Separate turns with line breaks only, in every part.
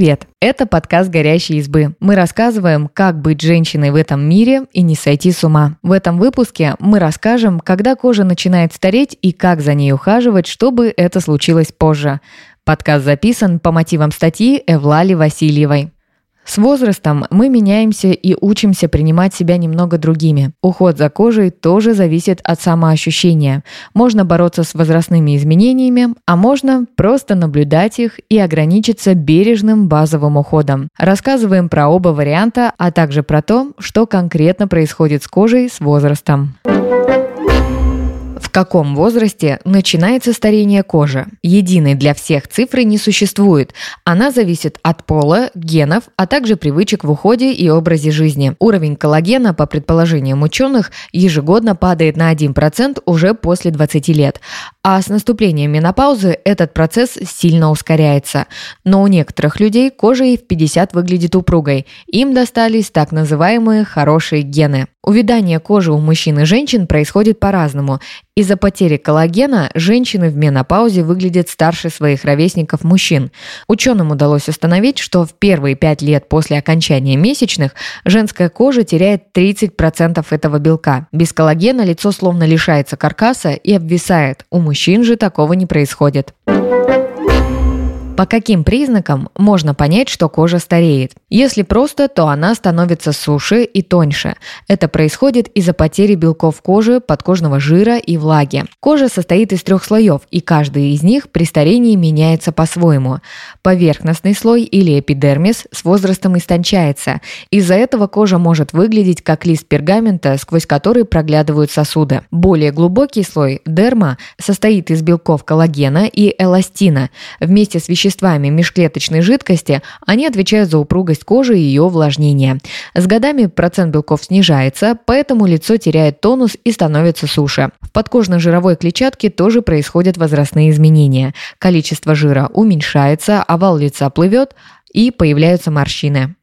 Привет! Это подкаст «Горящие избы». Мы рассказываем, как быть женщиной в этом мире и не сойти с ума. В этом выпуске мы расскажем, когда кожа начинает стареть и как за ней ухаживать, чтобы это случилось позже. Подкаст записан по мотивам статьи Эвлали Васильевой. С возрастом мы меняемся и учимся принимать себя немного другими. Уход за кожей тоже зависит от самоощущения. Можно бороться с возрастными изменениями, а можно просто наблюдать их и ограничиться бережным базовым уходом. Рассказываем про оба варианта, а также про то, что конкретно происходит с кожей с возрастом. В каком возрасте начинается старение кожи? Единой для всех цифры не существует. Она зависит от пола, генов, а также привычек в уходе и образе жизни. Уровень коллагена, по предположениям ученых, ежегодно падает на 1% уже после 20 лет. А с наступлением менопаузы этот процесс сильно ускоряется. Но у некоторых людей кожа и в 50 выглядит упругой. Им достались так называемые хорошие гены. Увядание кожи у мужчин и женщин происходит по-разному. Из-за потери коллагена женщины в менопаузе выглядят старше своих ровесников мужчин. Ученым удалось установить, что в первые 5 лет после окончания месячных женская кожа теряет 30% этого белка. Без коллагена лицо словно лишается каркаса и обвисает. У мужчин же такого не происходит. По каким признакам можно понять, что кожа стареет? Если просто, то она становится суше и тоньше. Это происходит из-за потери белков кожи, подкожного жира и влаги. Кожа состоит из 3 слоев, и каждый из них при старении меняется по-своему. Поверхностный слой или эпидермис с возрастом истончается. Из-за этого кожа может выглядеть как лист пергамента, сквозь который проглядывают сосуды. Более глубокий слой, дерма, состоит из белков коллагена и эластина. Вместе с веществами межклеточной жидкости они отвечают за упругость кожи и ее увлажнение. С годами процент белков снижается, поэтому лицо теряет тонус и становится суше. В подкожно-жировой клетчатке тоже происходят возрастные изменения. Количество жира уменьшается, овал лица плывет и появляются морщины.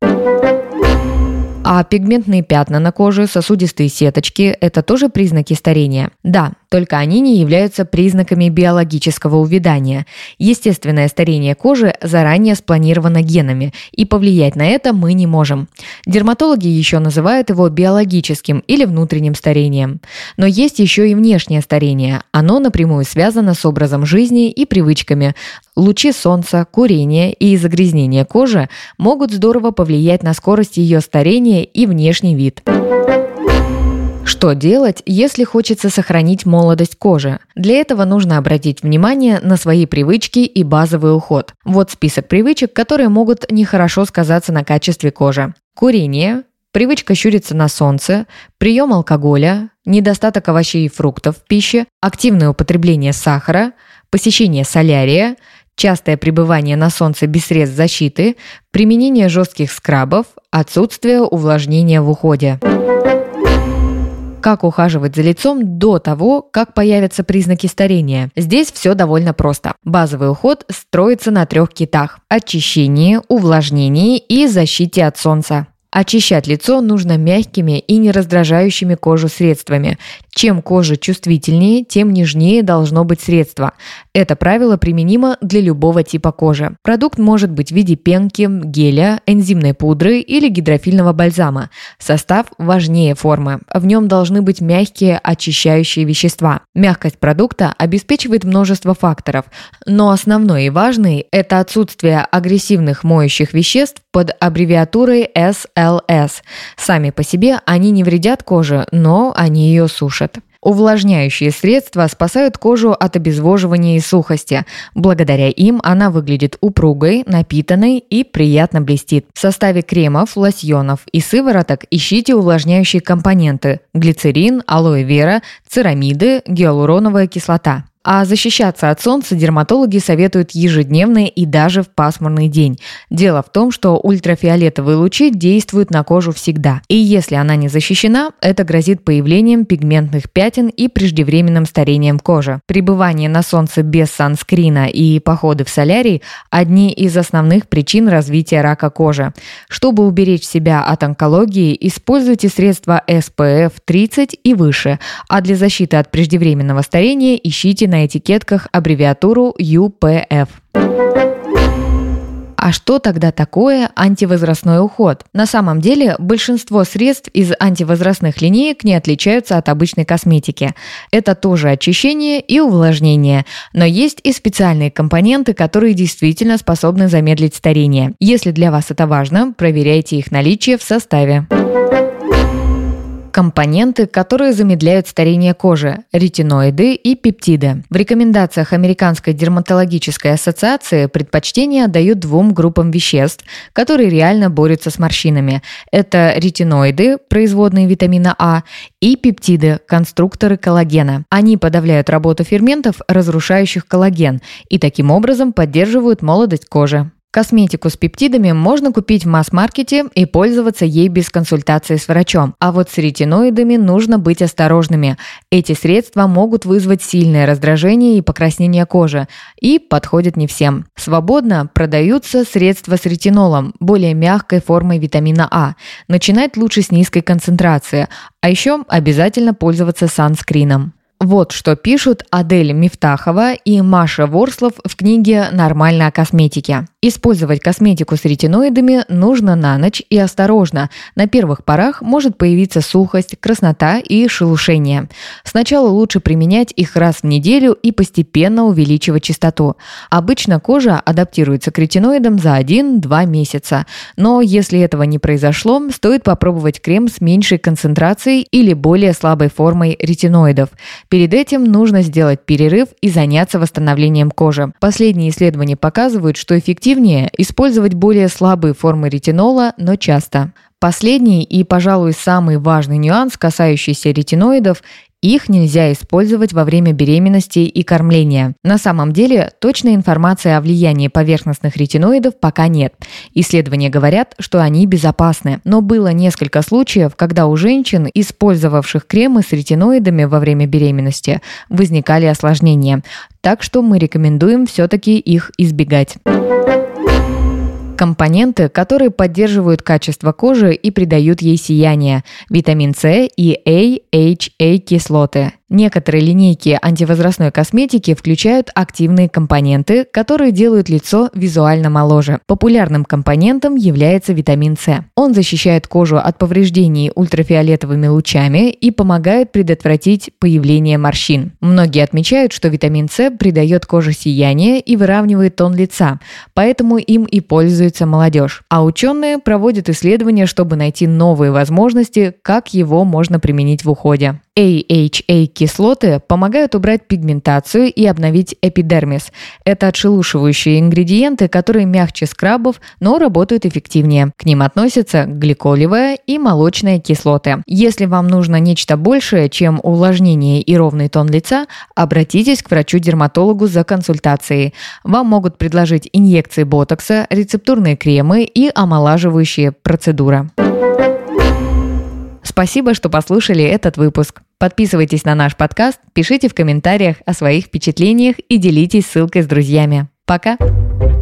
А пигментные пятна на коже, сосудистые сеточки – это тоже признаки старения? Да, только они не являются признаками биологического увядания. Естественное старение кожи заранее спланировано генами, и повлиять на это мы не можем. Дерматологи еще называют его биологическим или внутренним старением. Но есть еще и внешнее старение. Оно напрямую связано с образом жизни и привычками. Лучи солнца, курение и загрязнение кожи могут здорово повлиять на скорость ее старения и внешний вид. Что делать, если хочется сохранить молодость кожи? Для этого нужно обратить внимание на свои привычки и базовый уход. Вот список привычек, которые могут нехорошо сказаться на качестве кожи. Курение, привычка щуриться на солнце, прием алкоголя, недостаток овощей и фруктов в пище, активное употребление сахара, посещение солярия, частое пребывание на солнце без средств защиты, применение жестких скрабов, отсутствие увлажнения в уходе. Как ухаживать за лицом до того, как появятся признаки старения? Здесь все довольно просто. Базовый уход строится на 3 китах – очищении, увлажнении и защите от солнца. Очищать лицо нужно мягкими и не раздражающими кожу средствами. Чем кожа чувствительнее, тем нежнее должно быть средство. Это правило применимо для любого типа кожи. Продукт может быть в виде пенки, геля, энзимной пудры или гидрофильного бальзама. Состав важнее формы. В нем должны быть мягкие очищающие вещества. Мягкость продукта обеспечивает множество факторов, но основной и важный – это отсутствие агрессивных моющих веществ под аббревиатурой SLS. Сами по себе они не вредят коже, но они ее сушат. Увлажняющие средства спасают кожу от обезвоживания и сухости. Благодаря им она выглядит упругой, напитанной и приятно блестит. В составе кремов, лосьонов и сывороток ищите увлажняющие компоненты – глицерин, алоэ вера, церамиды, гиалуроновая кислота. А защищаться от солнца дерматологи советуют ежедневно и даже в пасмурный день. Дело в том, что ультрафиолетовые лучи действуют на кожу всегда. И если она не защищена, это грозит появлением пигментных пятен и преждевременным старением кожи. Пребывание на солнце без санскрина и походы в солярий – одни из основных причин развития рака кожи. Чтобы уберечь себя от онкологии, используйте средства SPF 30 и выше, а для защиты от преждевременного старения ищите на этикетках аббревиатуру UPF. А что тогда такое антивозрастной уход? На самом деле, большинство средств из антивозрастных линеек не отличаются от обычной косметики. Это тоже очищение и увлажнение, но есть и специальные компоненты, которые действительно способны замедлить старение. Если для вас это важно, проверяйте их наличие в составе. Компоненты, которые замедляют старение кожи – ретиноиды и пептиды. В рекомендациях Американской дерматологической ассоциации предпочтение отдают двум группам веществ, которые реально борются с морщинами. Это ретиноиды, производные витамина А, и пептиды, конструкторы коллагена. Они подавляют работу ферментов, разрушающих коллаген, и таким образом поддерживают молодость кожи. Косметику с пептидами можно купить в масс-маркете и пользоваться ей без консультации с врачом. А вот с ретиноидами нужно быть осторожными. Эти средства могут вызвать сильное раздражение и покраснение кожи, и подходят не всем. Свободно продаются средства с ретинолом, более мягкой формой витамина А. Начинать лучше с низкой концентрации, а еще обязательно пользоваться санскрином. Вот что пишут Адель Мифтахова и Маша Ворслов в книге «Нормально о косметике». Использовать косметику с ретиноидами нужно на ночь и осторожно. На первых порах может появиться сухость, краснота и шелушение. Сначала лучше применять их раз в неделю и постепенно увеличивать частоту. Обычно кожа адаптируется к ретиноидам за 1-2 месяца. Но если этого не произошло, стоит попробовать крем с меньшей концентрацией или более слабой формой ретиноидов. Перед этим нужно сделать перерыв и заняться восстановлением кожи. Последние исследования показывают, что эффективнее использовать более слабые формы ретинола, но часто. Последний и, пожалуй, самый важный нюанс, касающийся ретиноидов – их нельзя использовать во время беременности и кормления. На самом деле, точной информации о влиянии поверхностных ретиноидов пока нет. Исследования говорят, что они безопасны. Но было несколько случаев, когда у женщин, использовавших кремы с ретиноидами во время беременности, возникали осложнения. Так что мы рекомендуем все-таки их избегать. Компоненты, которые поддерживают качество кожи и придают ей сияние – витамин С и AHA-кислоты. Некоторые линейки антивозрастной косметики включают активные компоненты, которые делают лицо визуально моложе. Популярным компонентом является витамин С. Он защищает кожу от повреждений ультрафиолетовыми лучами и помогает предотвратить появление морщин. Многие отмечают, что витамин С придает коже сияние и выравнивает тон лица, поэтому им и пользуется молодежь. А ученые проводят исследования, чтобы найти новые возможности, как его можно применить в уходе. AHA-кислоты помогают убрать пигментацию и обновить эпидермис. Это отшелушивающие ингредиенты, которые мягче скрабов, но работают эффективнее. К ним относятся гликолевая и молочная кислоты. Если вам нужно нечто большее, чем увлажнение и ровный тон лица, обратитесь к врачу-дерматологу за консультацией. Вам могут предложить инъекции ботокса, рецептурные кремы и омолаживающие процедуры. Спасибо, что послушали этот выпуск. Подписывайтесь на наш подкаст, пишите в комментариях о своих впечатлениях и делитесь ссылкой с друзьями. Пока!